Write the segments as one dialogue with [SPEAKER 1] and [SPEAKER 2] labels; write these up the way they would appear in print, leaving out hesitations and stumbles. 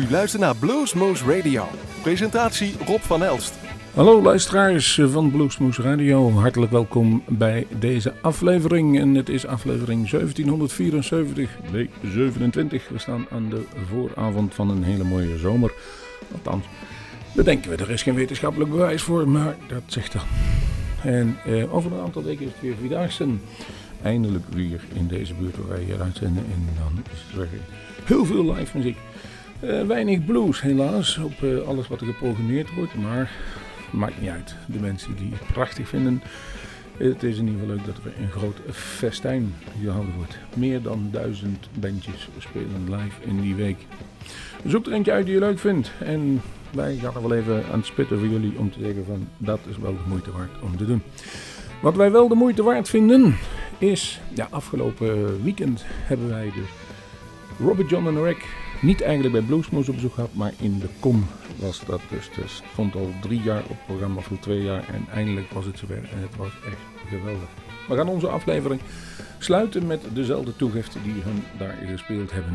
[SPEAKER 1] U luistert naar Bluesmoose Radio. Presentatie Rob van Elst.
[SPEAKER 2] Hallo luisteraars van Bluesmoose Radio. Hartelijk welkom bij deze aflevering. En het is aflevering 1774, week 27. We staan aan de vooravond van een hele mooie zomer. Althans, bedenken we. Er is geen wetenschappelijk bewijs voor, maar dat zegt dan. En over een aantal weken is het weer Vierdaagse. Eindelijk weer in deze buurt waar wij hier uitzenden. En dan is er heel veel live muziek. Weinig blues helaas op alles wat er geprogrammeerd wordt. Maar maakt niet uit. De mensen die het prachtig vinden. Het is in ieder geval leuk dat er een groot festijn gehouden wordt. Meer dan 1000 bandjes spelen live in die week. Zoek er eentje uit die je leuk vindt. En wij gaan er wel even aan het spitten voor jullie om te zeggen van dat is wel de moeite waard om te doen. Wat wij wel de moeite waard vinden is, ja, afgelopen weekend hebben wij de Robert John en Rick niet eigenlijk bij Bluesmoose op bezoek gehad, maar in de Kom was dat dus. Het stond al 3 jaar op het programma, of 2 jaar en eindelijk was het zover en het was echt geweldig. We gaan onze aflevering sluiten met dezelfde toegift die hun daar gespeeld hebben.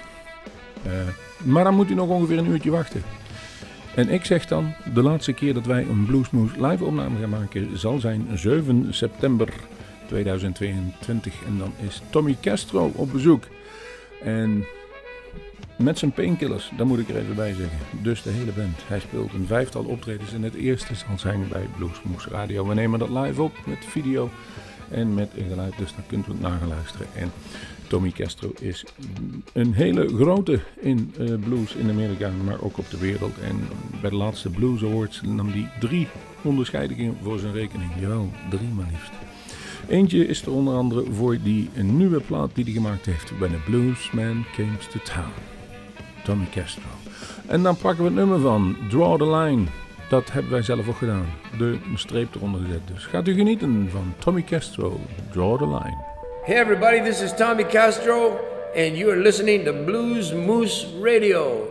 [SPEAKER 2] Maar dan moet u nog ongeveer een uurtje wachten. En ik zeg dan, de laatste keer dat wij een Bluesmoose live opname gaan maken zal zijn 7 september 2022. En dan is Tommy Castro op bezoek. En met zijn Painkillers, daar moet ik er even bij zeggen. Dus de hele band. Hij speelt een 5-tal optredens en het eerste zal zijn bij Bluesmoose Radio. We nemen dat live op met video en met geluid, dus dan kunt u het nageluisteren. En Tommy Castro is een hele grote in blues in Amerika, maar ook op de wereld. En bij de laatste Blues Awards nam hij 3 onderscheidingen voor zijn rekening. Jawel, 3 maar liefst. Eentje is er onder andere voor een nieuwe plaat die hij gemaakt heeft. When a Bluesman Comes to Town. Tommy Castro. En dan pakken we het nummer van Draw the Line. Dat hebben wij zelf ook gedaan. De streep eronder gezet. Dus gaat u genieten van Tommy Castro, Draw the Line.
[SPEAKER 3] Hey everybody, this is Tommy Castro and you are listening to Bluesmoose Radio.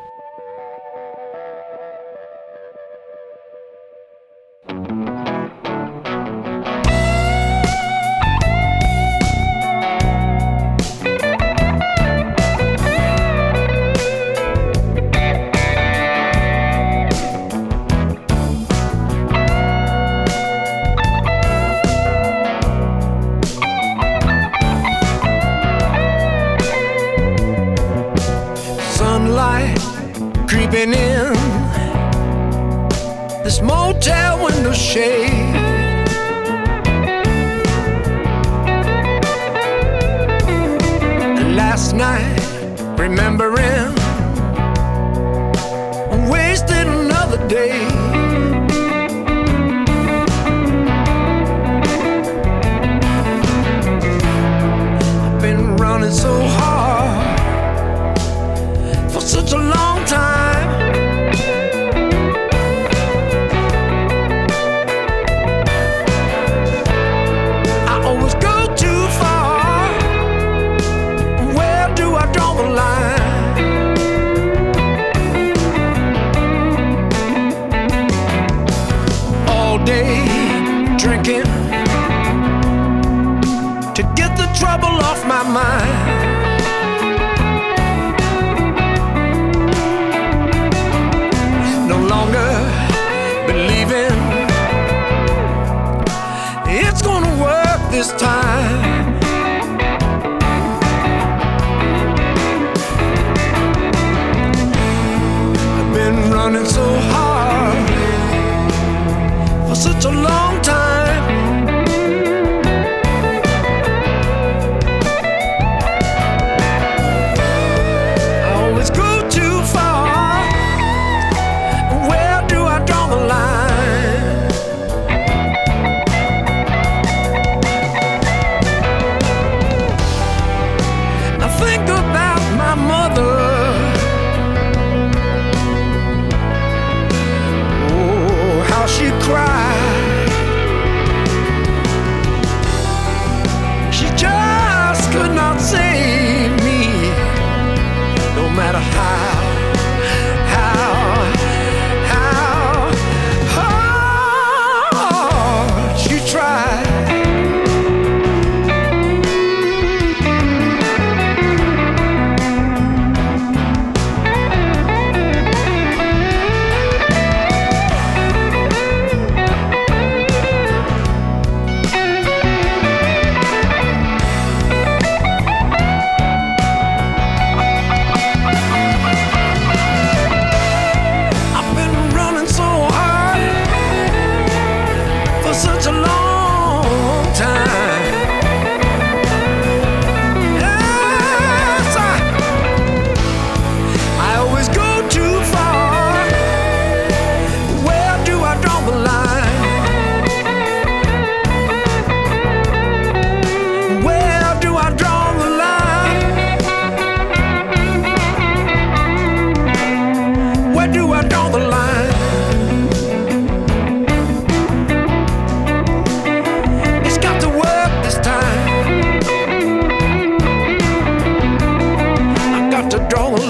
[SPEAKER 3] Creeping in this motel window shade, and last night remembering wasted another day. I've been running so hard for such a long time. I always go too far. Where do I draw the line? All day drinking to get the trouble off my mind.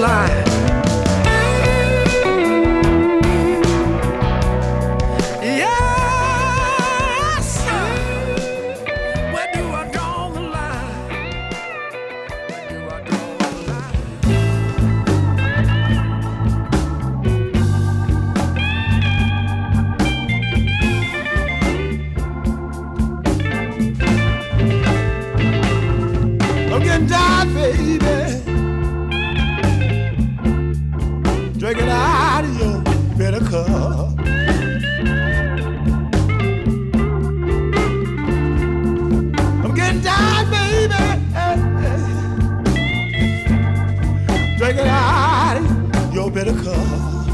[SPEAKER 3] line. Drinking out of your bitter cup. I'm getting tired, baby. Drinking out of your bitter cup.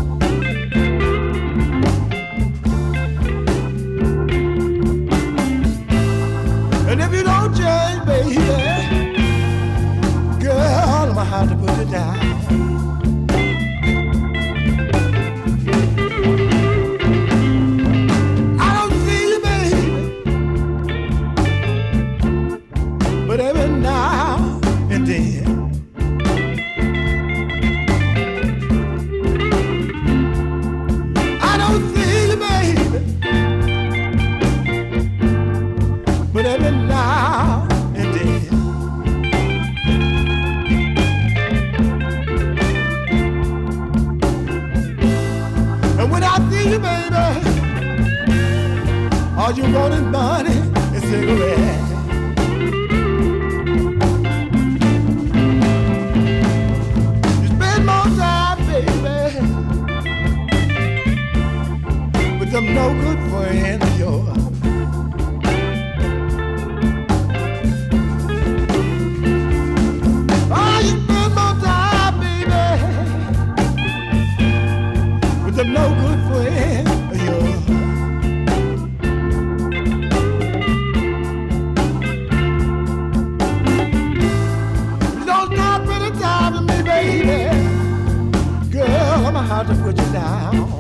[SPEAKER 3] And if you don't change, baby, girl, I'ma have to put you down. All you want is money and cigarettes. You spend more time, baby, with them no good friends of yours. Oh, you spend more time, baby, with them no good friends of yours. How to put you down.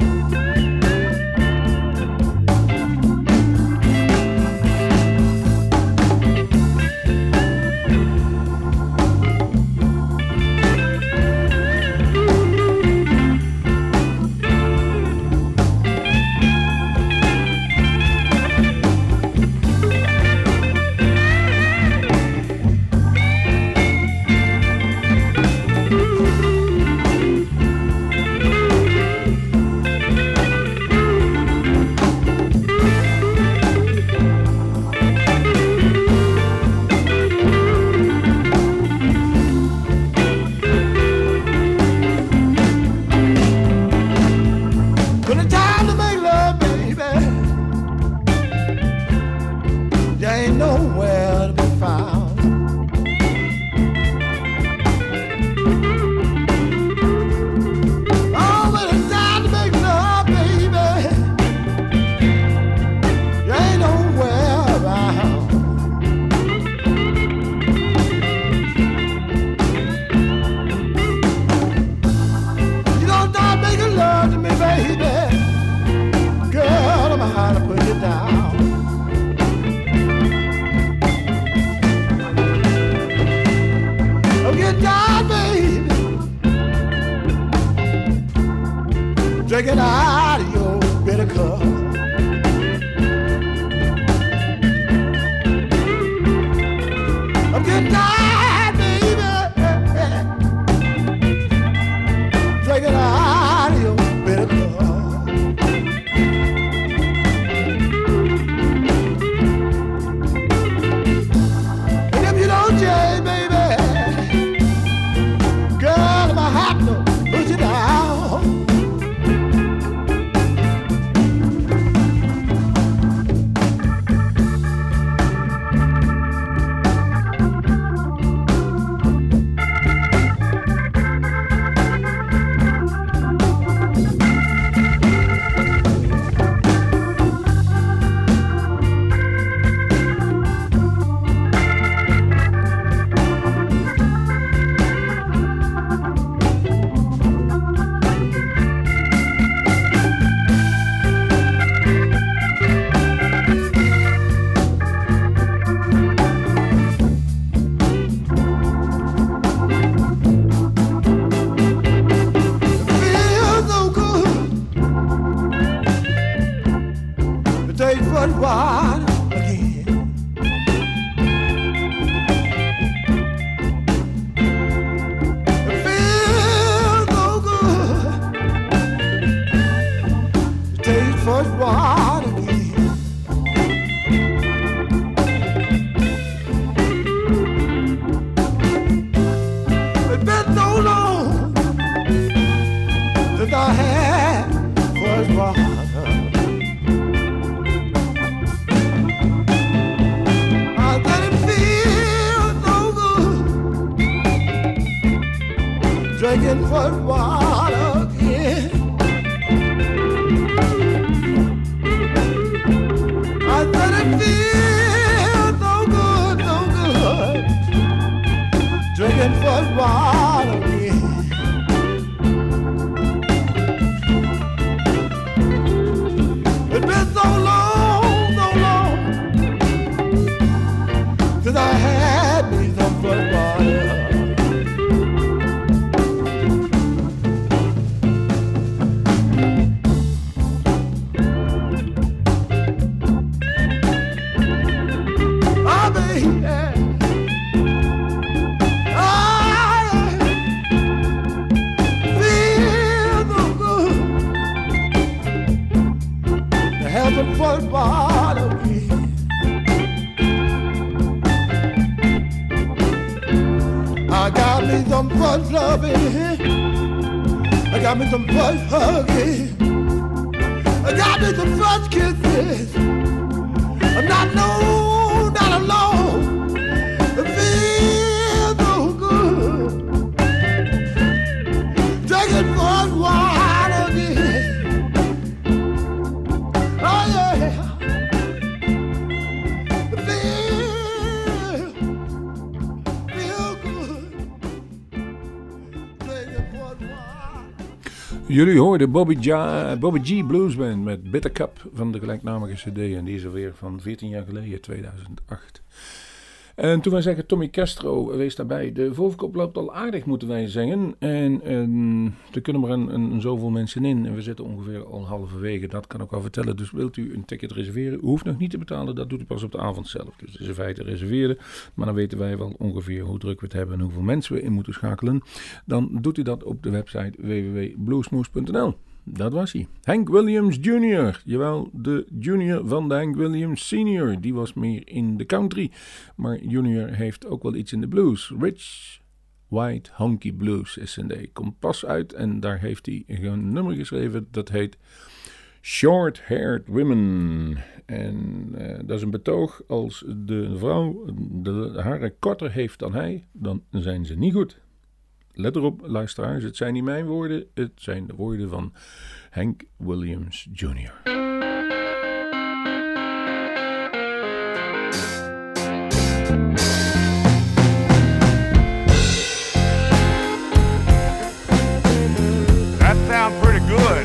[SPEAKER 3] Drinking out of your bitter cup. I'm getting tired, baby. Drinking out of your bitter cup. And if you don't change, baby, girl, I'ma have to put you down. drinking foot water again. I said it feels so good, drinking foot water again. It's been so long since I had me some foot water. Foot water again. I got me some foot loving. I got me some foot hugging. I got me some foot kisses. I'm not alone. It feels so good. Taking foot water again.
[SPEAKER 2] Jullie hoorden Bobby G Blues Band met Bitter Cup van de gelijknamige cd. En die is alweer van 14 jaar geleden, 2008. En toen wij zeggen Tommy Castro, wees daarbij. De voorverkoop loopt al aardig, moeten wij zeggen. En er kunnen maar een zoveel mensen in. En we zitten ongeveer al halverwege, dat kan ik wel vertellen. Dus wilt u een ticket reserveren? U hoeft nog niet te betalen, dat doet u pas op de avond zelf. Dus het is in feite reserveren. Maar dan weten wij wel ongeveer hoe druk we het hebben en hoeveel mensen we in moeten schakelen. Dan doet u dat op de website www.bluesmoose.nl. Dat was hij. Hank Williams Jr. Jawel, de junior van de Hank Williams Senior. Die was meer in de country. Maar junior heeft ook wel iets in de blues. Rich White Honky Blues is een cd. Komt pas uit en daar heeft hij een nummer geschreven. Dat heet Short Haired Women. En dat is een betoog. Als de vrouw de haren korter heeft dan hij, dan zijn ze niet goed. Let erop, luisteraars, het zijn niet mijn woorden, het zijn de woorden van Hank Williams Jr.
[SPEAKER 4] That sounds pretty good.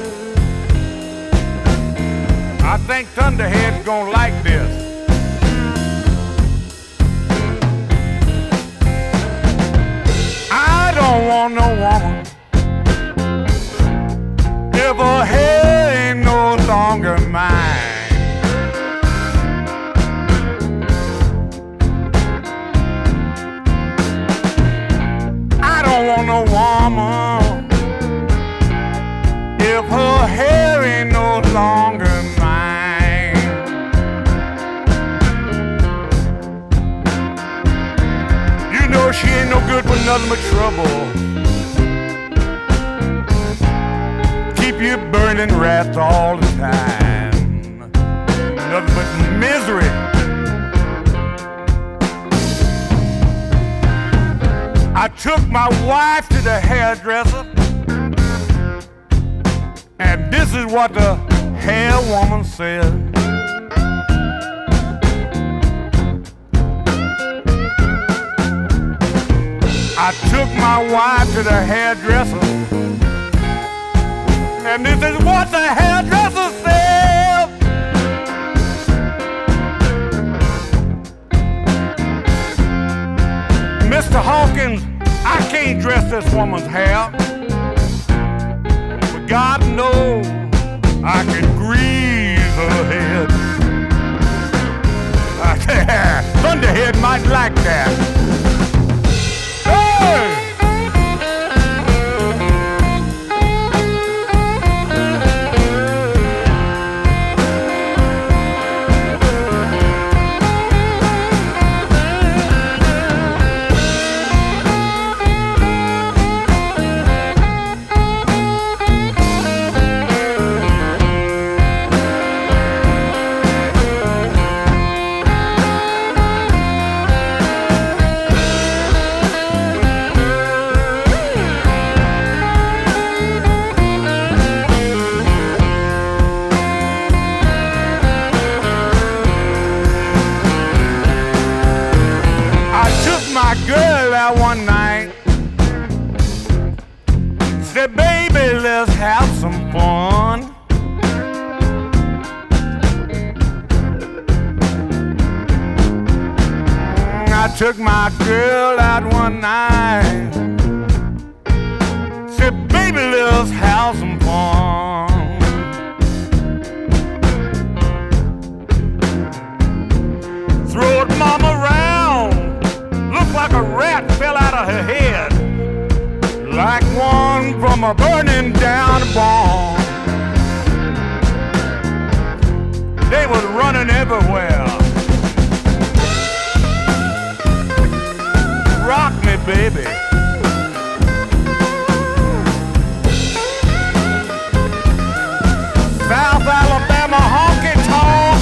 [SPEAKER 4] I think Thunderhead's gonna like this. I don't want no woman if her hair ain't no longer mine. I don't want no woman if her hair ain't no longer mine. You know she ain't no good for nothing but trouble. Keep you burning wrath all the time. Nothing but misery. I took my wife to the hairdresser, and this is what the hair woman said. I took my wife to the hairdresser, and this is what the hairdresser said. Mr. Hawkins, I can't dress this woman's hair, but God knows I can grease her head. Thunderhead might like that. Hey! Said, baby, let's have some fun. I took my girl out one night. Said, baby, let's have some fun. Throwed mama around, looked like a rat fell out of her head, like one from a burning down barn. They was running everywhere. Rock me, baby. South Alabama honky tonk.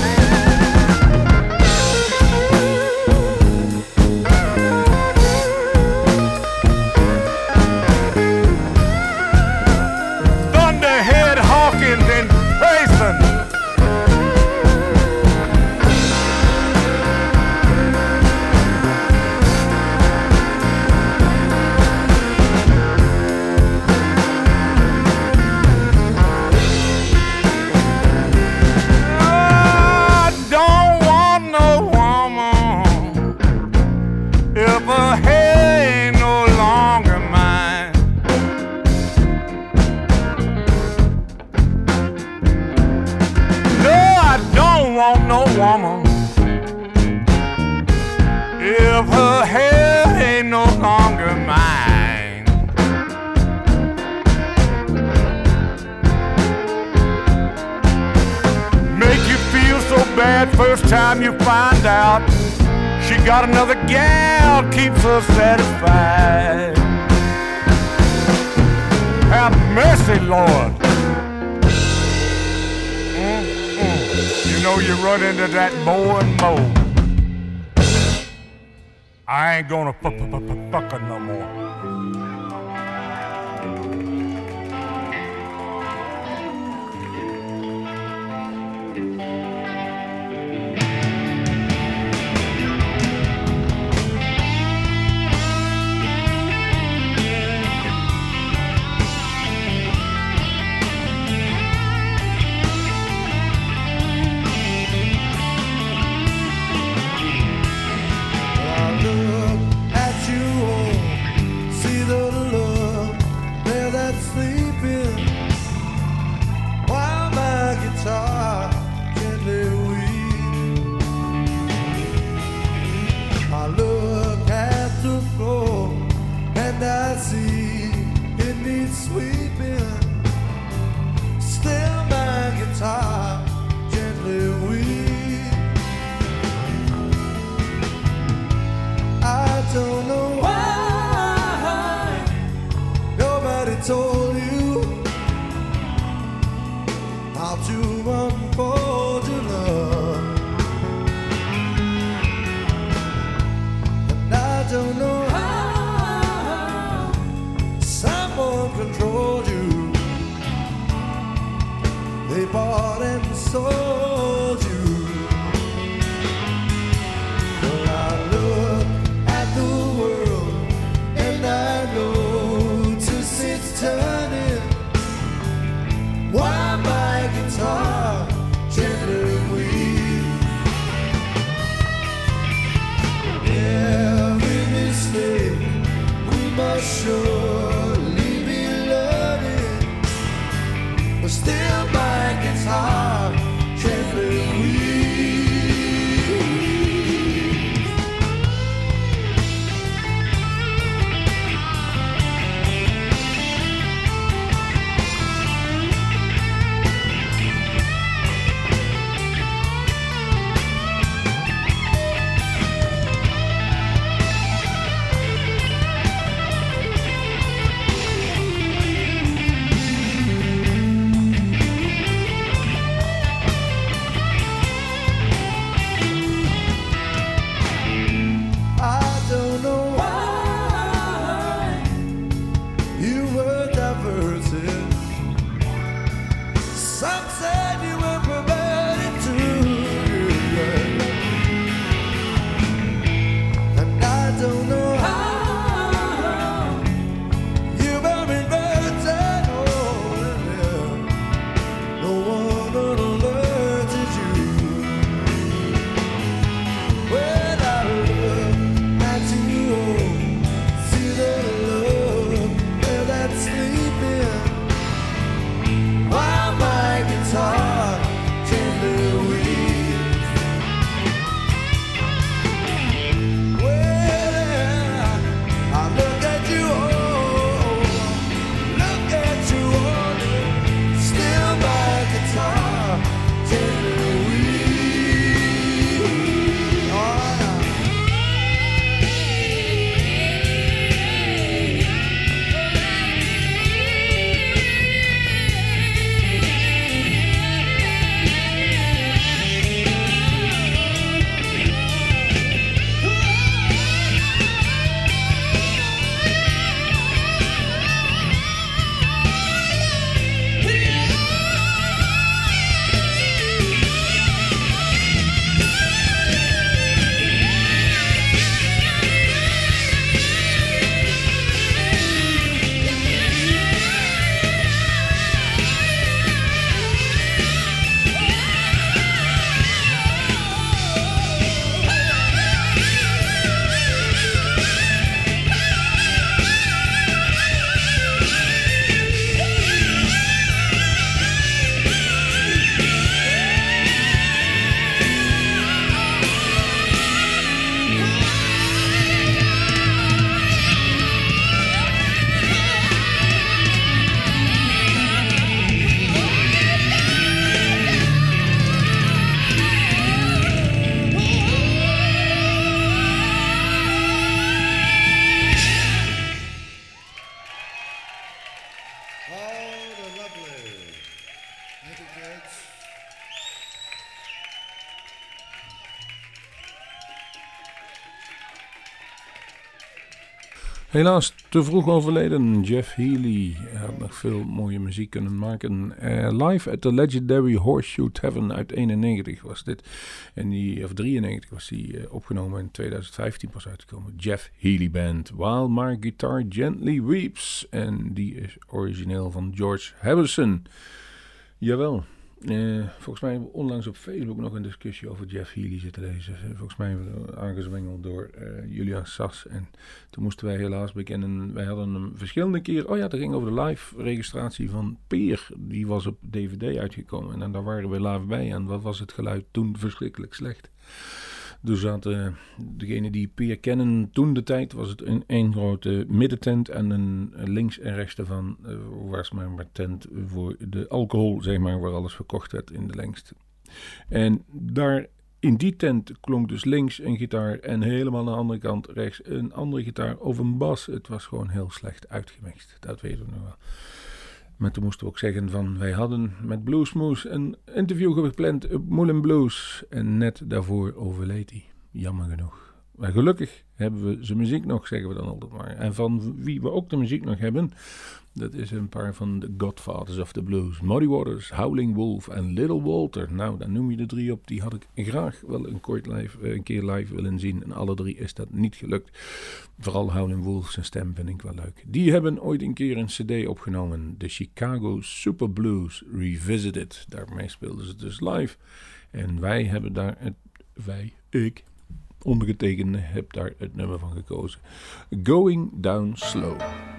[SPEAKER 4] Thunderhead Hawkins and Grayson. Woman, if her hair ain't no longer mine. Make you feel so bad first time you find out she got another gal, keeps her satisfied. Have mercy, Lord. You know you run into that mow and mow. I ain't gonna fuck her no more.
[SPEAKER 3] Still my guitar gently weep.
[SPEAKER 2] Helaas te vroeg overleden, Jeff Healey. Hij had nog veel mooie muziek kunnen maken. Live at the Legendary Horseshoe Tavern uit 91 was dit. Of 93 was die opgenomen, in 2015 pas uitgekomen. Jeff Healey Band, While My Guitar Gently Weeps. En die is origineel van George Harrison. Jawel. Volgens mij hebben we onlangs op Facebook nog een discussie over Jeff Healey zitten lezen. Volgens mij hebben we aangezwengeld door Julian Sas. En toen moesten wij helaas bekennen, wij hadden hem verschillende keer... Oh ja, dat ging over de live registratie van Peer. Die was op DVD uitgekomen en daar waren we live bij. En wat was het geluid toen verschrikkelijk slecht. Dus zaten degenen die Peer kennen, toen de tijd was het een grote middentent en een links en rechts daarvan was maar een tent voor de alcohol, zeg maar, waar alles verkocht werd in de lengste. En daar in die tent klonk dus links een gitaar en helemaal aan de andere kant rechts een andere gitaar of een bas. Het was gewoon heel slecht uitgemixt, dat weten we nog wel. Maar toen moesten we ook zeggen van, wij hadden met Bluesmoose een interview gepland op Moulin Blues. En net daarvoor overleed hij. Jammer genoeg. Maar gelukkig hebben we zijn muziek nog, zeggen we dan altijd maar. En van wie we ook de muziek nog hebben, dat is een paar van de Godfathers of the Blues. Muddy Waters, Howling Wolf en Little Walter. Nou, dan noem je de drie op. Die had ik graag wel een keer live willen zien. En alle drie is dat niet gelukt. Vooral Howling Wolf, zijn stem vind ik wel leuk. Die hebben ooit een keer een cd opgenomen. De Chicago Super Blues Revisited. Daarmee speelden ze dus live. En wij hebben daar ik ondergetekende heb daar het nummer van gekozen. Going Down Slow.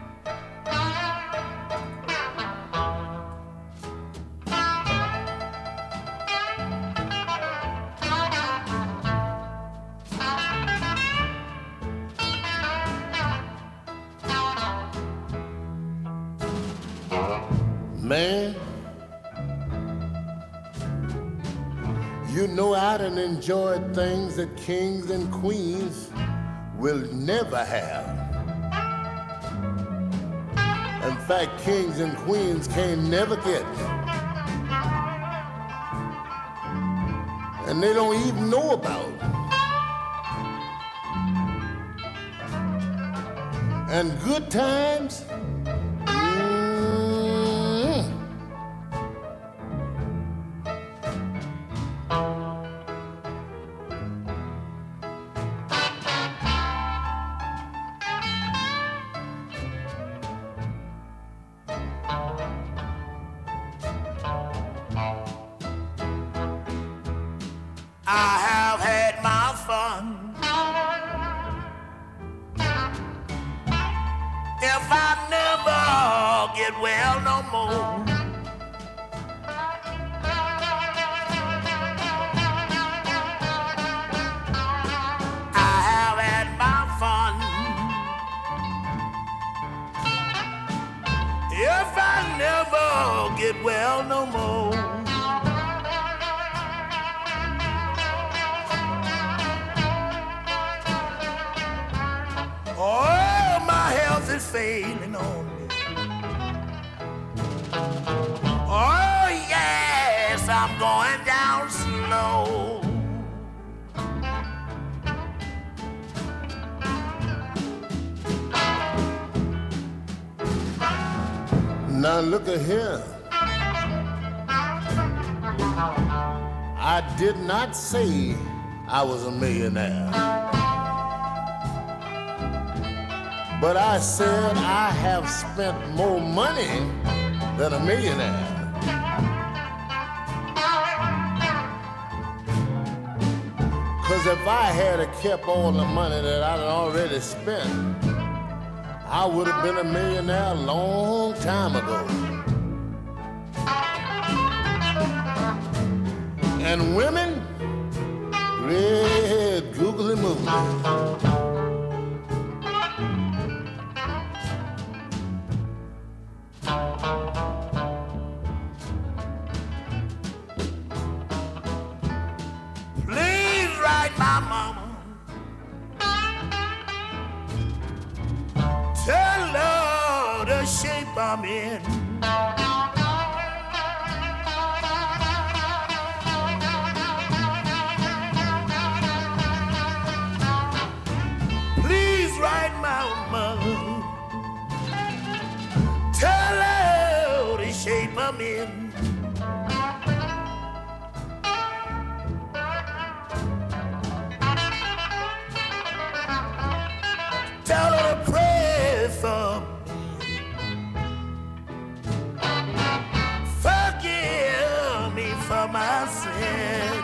[SPEAKER 3] Man, you know I done enjoyed things that kings and queens will never have. In fact, kings and queens can't never get. And they don't even know about. And good times,
[SPEAKER 4] failing on me. Oh yes, I'm going down slow.
[SPEAKER 3] Now look at here. I did not say I was a millionaire, but I said I have spent more money than a millionaire. Cause if I had kept all the money that I'd already spent, I would have been a millionaire a long time ago. And women, red googly moogly.
[SPEAKER 4] Please write my mama. Tell her to share.
[SPEAKER 3] shape I'm in. Please write my mother, tell her the shape I'm in. Tell her to pray for me. Forgive me for my sin.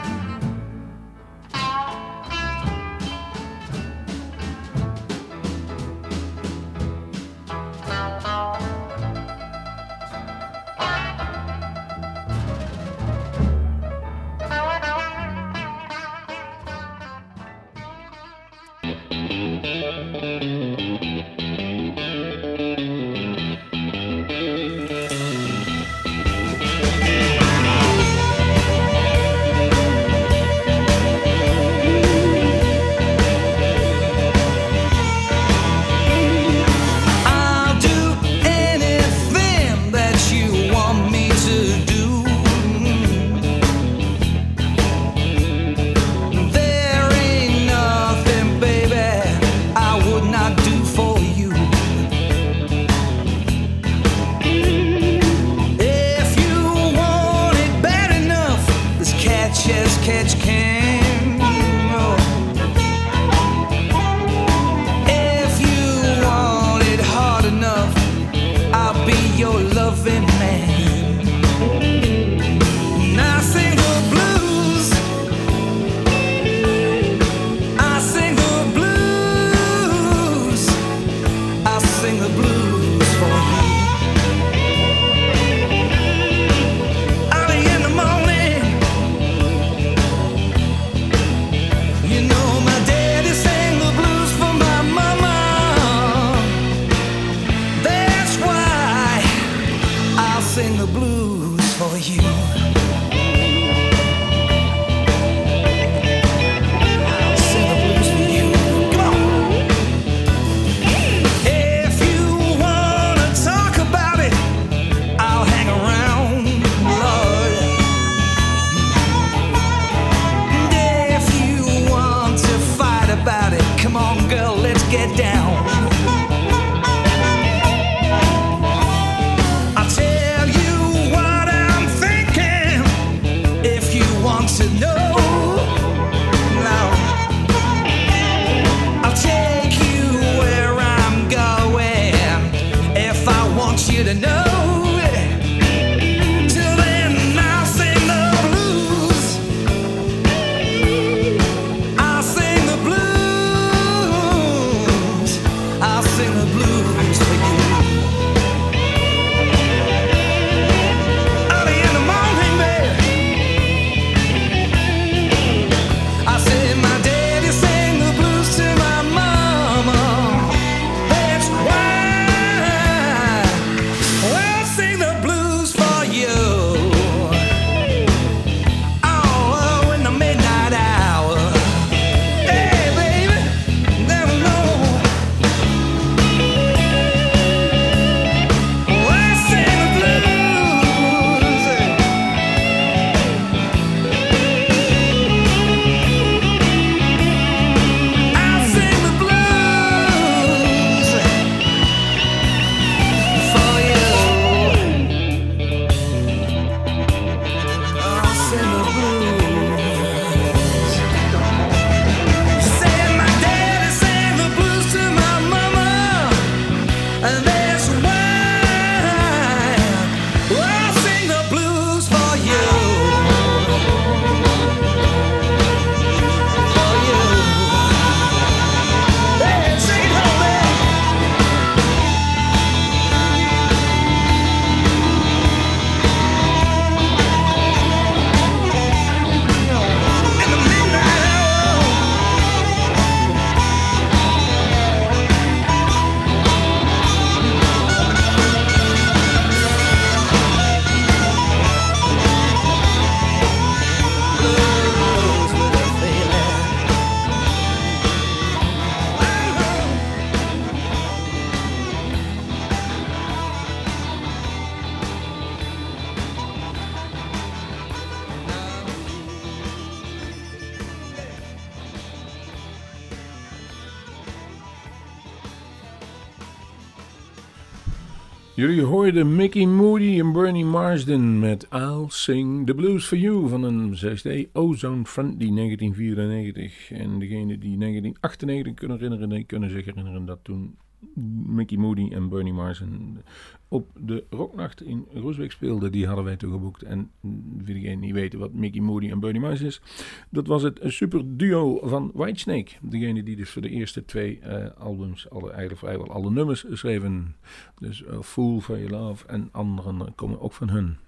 [SPEAKER 2] Jullie hoorden Mickey Moody en Bernie Marsden met I'll Sing the Blues for You van een CD Ozone Friendly 1994. En degenen die 1998 kunnen herinneren, die kunnen zich herinneren dat toen Mickey Moody en Bernie Marsden op de Rocknacht in Roesbeek speelden. Die hadden wij toen geboekt. En voor degenen die weten wat Mickey Moody en Bernie Marsden is, dat was het super duo van Whitesnake. Degene die dus voor de eerste 2 albums eigenlijk vrijwel alle nummers schreven. Dus Fool for Your Love en anderen komen ook van hun.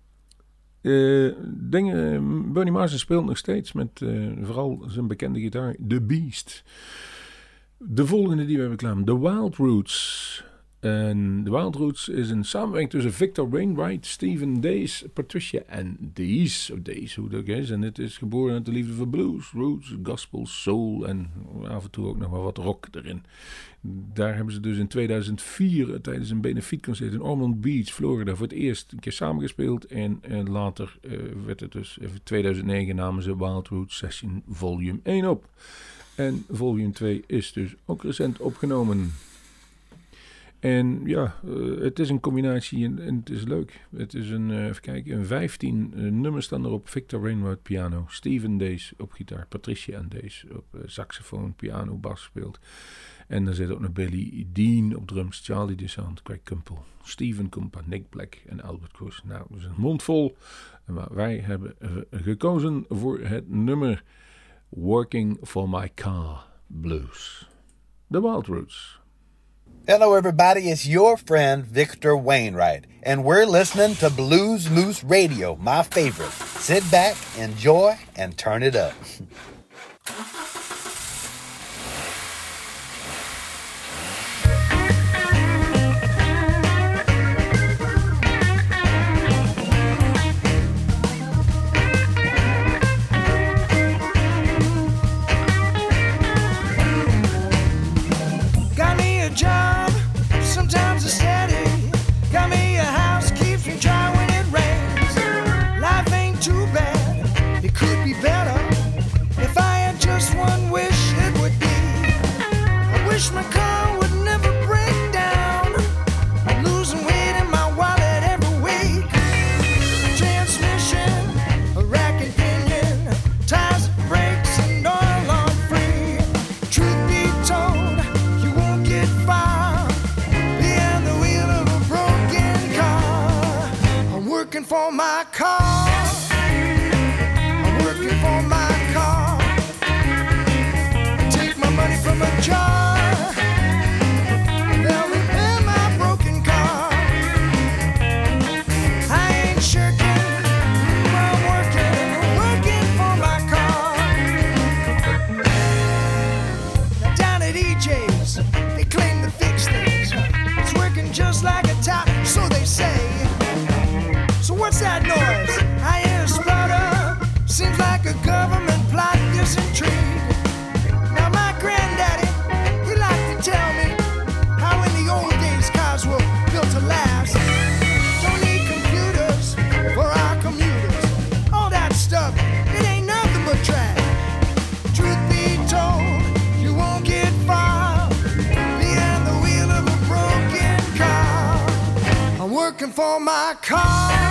[SPEAKER 2] Bernie Marsden speelt nog steeds met vooral zijn bekende gitaar The Beast. De volgende die we hebben klaar, The Wild Roots. En The Wild Roots is een samenwerking tussen Victor Wainwright, Stephen Dace, Patricia en Dace, hoe dat is. En het is geboren uit de liefde voor blues, roots, gospel, soul en af en toe ook nog wel wat rock erin. Daar hebben ze dus in 2004 tijdens een benefietconcert in Ormond Beach, Florida, voor het eerst een keer samengespeeld. En later werd het dus in 2009 namen ze Wild Roots Session Volume 1 op. En volume 2 is dus ook recent opgenomen. En ja, het is een combinatie en het is leuk. Het is even kijken, een 15 nummers staan erop. Victor Wainwright piano, Stephen Dace op gitaar, Patricia en Dace op saxofoon, piano, bas speelt. En er zit ook nog Billy Dean op drums, Charlie DeSant, Craig Kumpel, Steven Kumpa, Nick Black en Albert Koers. Nou, dat is een mond vol. Maar wij hebben gekozen voor het nummer Working for My Car Blues. The Wild Roots.
[SPEAKER 5] Hello everybody, it's your friend Victor Wainwright, and we're listening to Blues Moose Radio, my favorite. Sit back, enjoy, and turn it up.
[SPEAKER 3] My car would never break down. I'm losing weight in my wallet every week. Transmission, a rack and pinion, tires, brakes, and oil on free. Truth be told, you won't get far behind the wheel of a broken car. I'm working for my car. I'm working for my car. I take my money from a jar. What's that noise? I hear a sputter. Seems like a government plot disintrigue. Now my granddaddy, he liked to tell me how in the old days cars were built to last. Don't need computers for our commuters. All that stuff, it ain't nothing but trash. Truth be told, you won't get far behind the wheel of a broken car. I'm working for my car.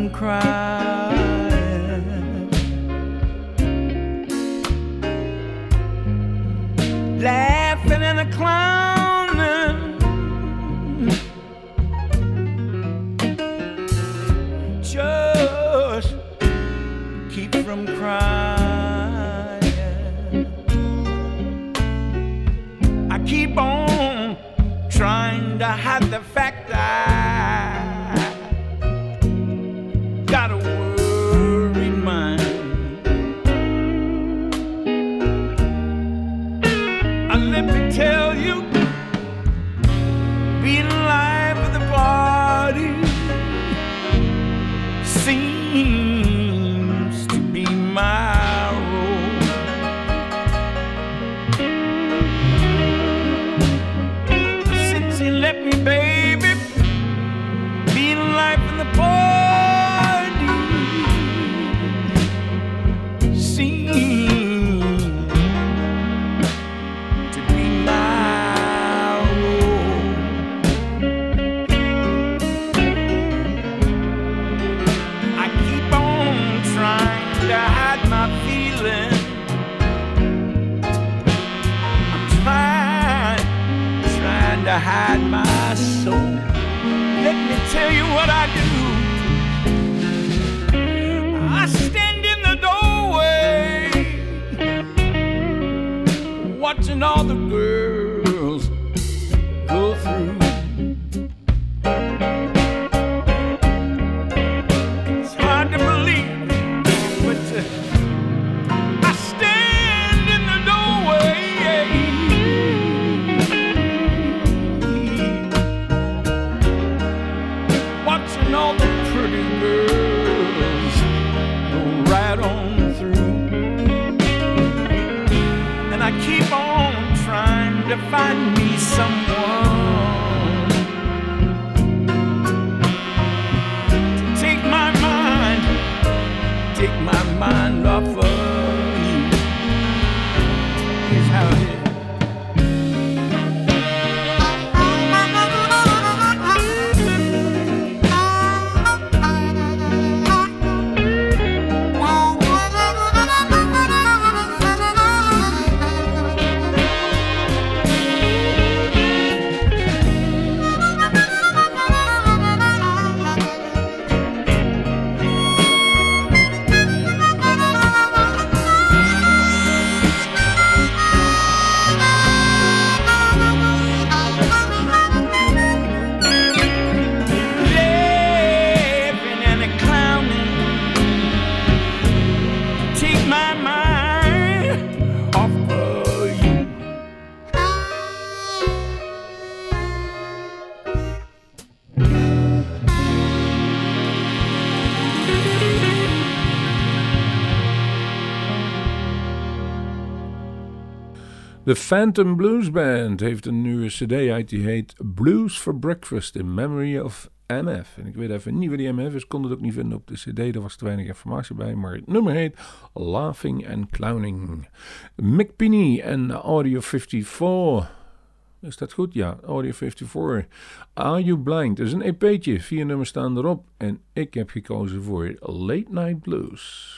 [SPEAKER 6] from crying, laughing and a clowning, just keep from crying. I keep on trying to hide the fact I got a worried mind. Let me tell you, being alive with the body seems to be my role. Since he let me, baby, being alive in the body seems to be my role. I keep on trying to hide my feeling. I'm trying to hide my soul. Let me tell you what I do. I stand in the doorway, watching all the girls go through. It's hard to believe, but I stand in the doorway, watching all the pretty girls go right on through. And I keep on trying to find me someone to take my mind off of you. Here's how it is.
[SPEAKER 2] De Phantom Blues Band heeft een nieuwe cd uit, die heet Blues for Breakfast in Memory of MF. En ik weet even niet waar die MF is, kon het ook niet vinden op de cd, er was te weinig informatie bij, maar het nummer heet Laughing and Clowning. Mick Pinney en Audio 54. Is dat goed? Ja, Audio 54. Are You Blind? Dat is een EP'tje, 4 nummers staan erop en ik heb gekozen voor Late Night Blues.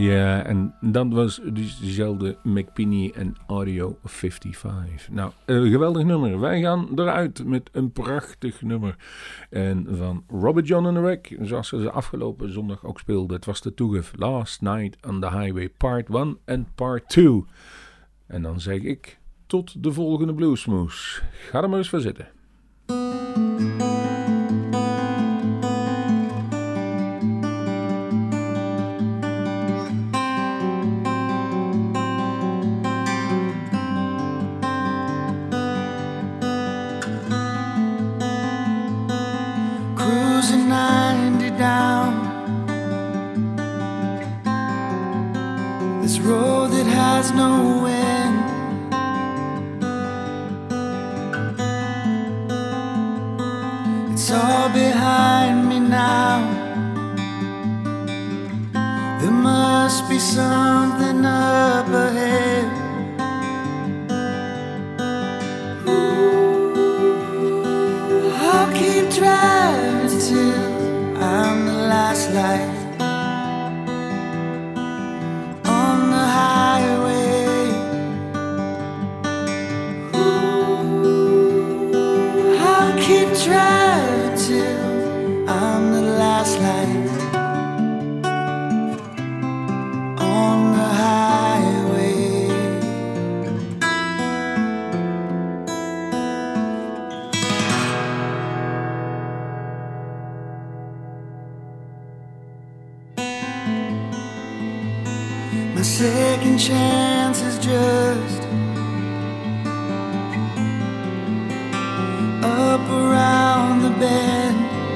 [SPEAKER 2] Ja, en dat was dus dezelfde McPinney en Audio 55. Nou, geweldig nummer. Wij gaan eruit met een prachtig nummer. En van Robert John and the Wreck, zoals ze afgelopen zondag ook speelden. Het was de toegif Last Night on the Highway Part 1 en Part 2. En dan zeg ik tot de volgende Bluesmoose. Ga er maar eens voor zitten.
[SPEAKER 7] Cruising 90 down this road that has no end. It's all behind me now. There must be something up ahead. I'll keep driving till I'm the last light on the highway. I'll keep driving till I'm the last light on the highway. My second chance is just up around the bend.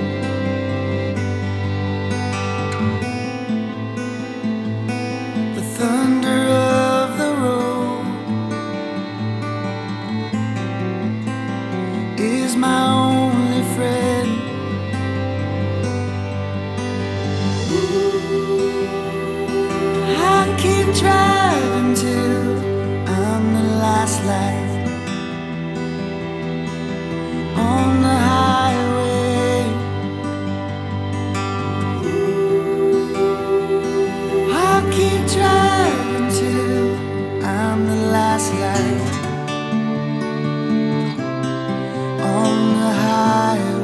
[SPEAKER 7] The thunder of the road is my only friend. I keep driving till I'm the last light on the highway. I keep driving till I'm the last light on the highway.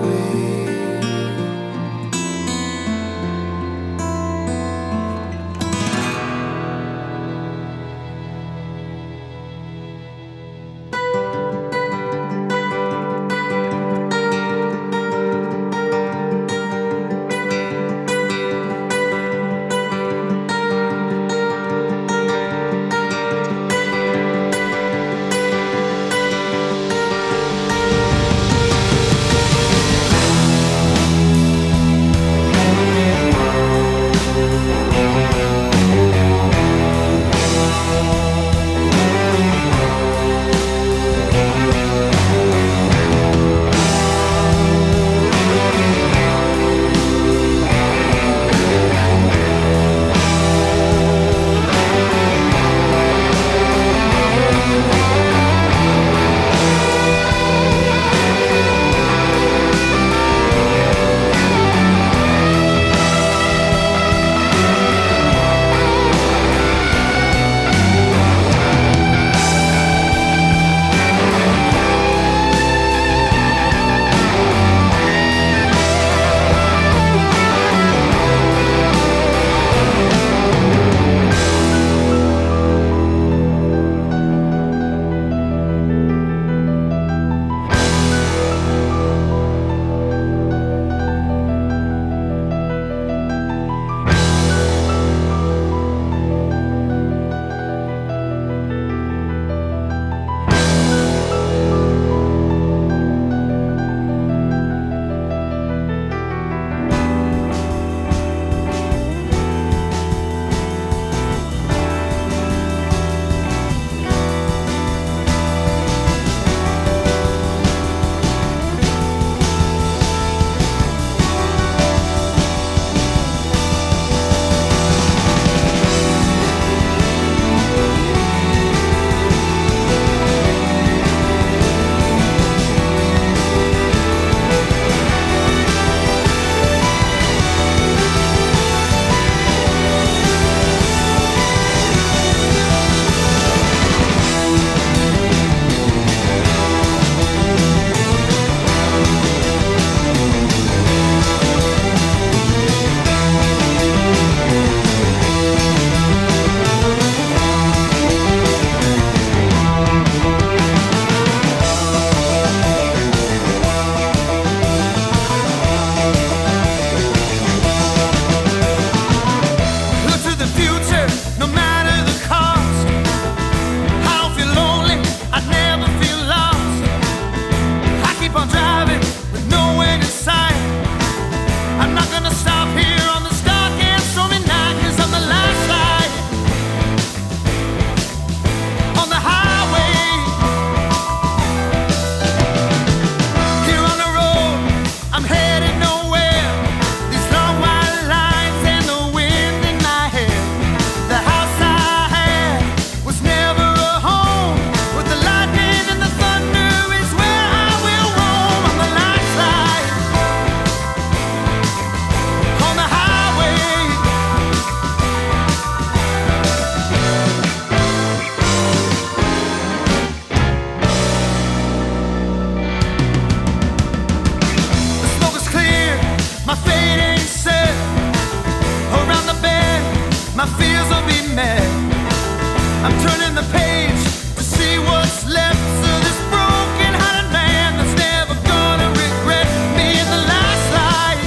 [SPEAKER 7] tears will be met. I'm turning the page to see what's left of this broken-hearted man that's never gonna regret being the last light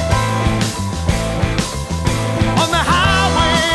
[SPEAKER 7] on the highway.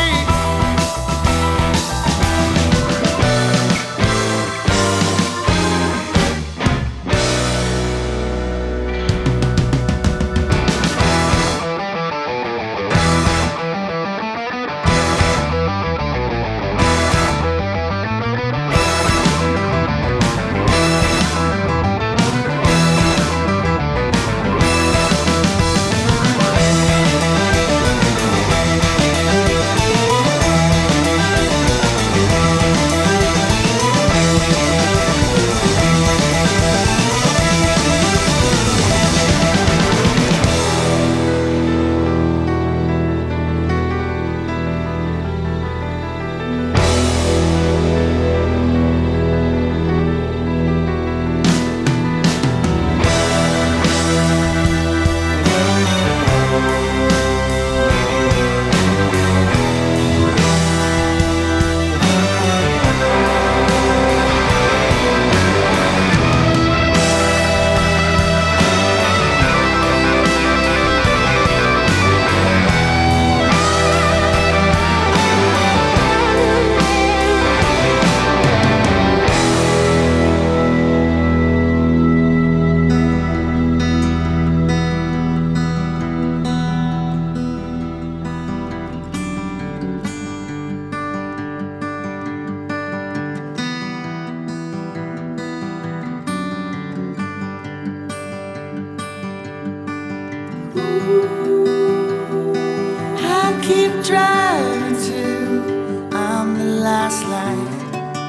[SPEAKER 7] I keep driving till I'm the last light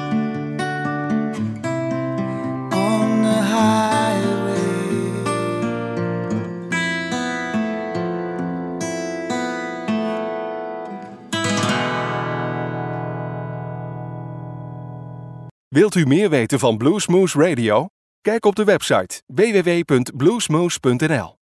[SPEAKER 7] on the highway.
[SPEAKER 1] Wilt u meer weten van Bluesmoose Radio? Kijk op de website www.bluesmoose.nl.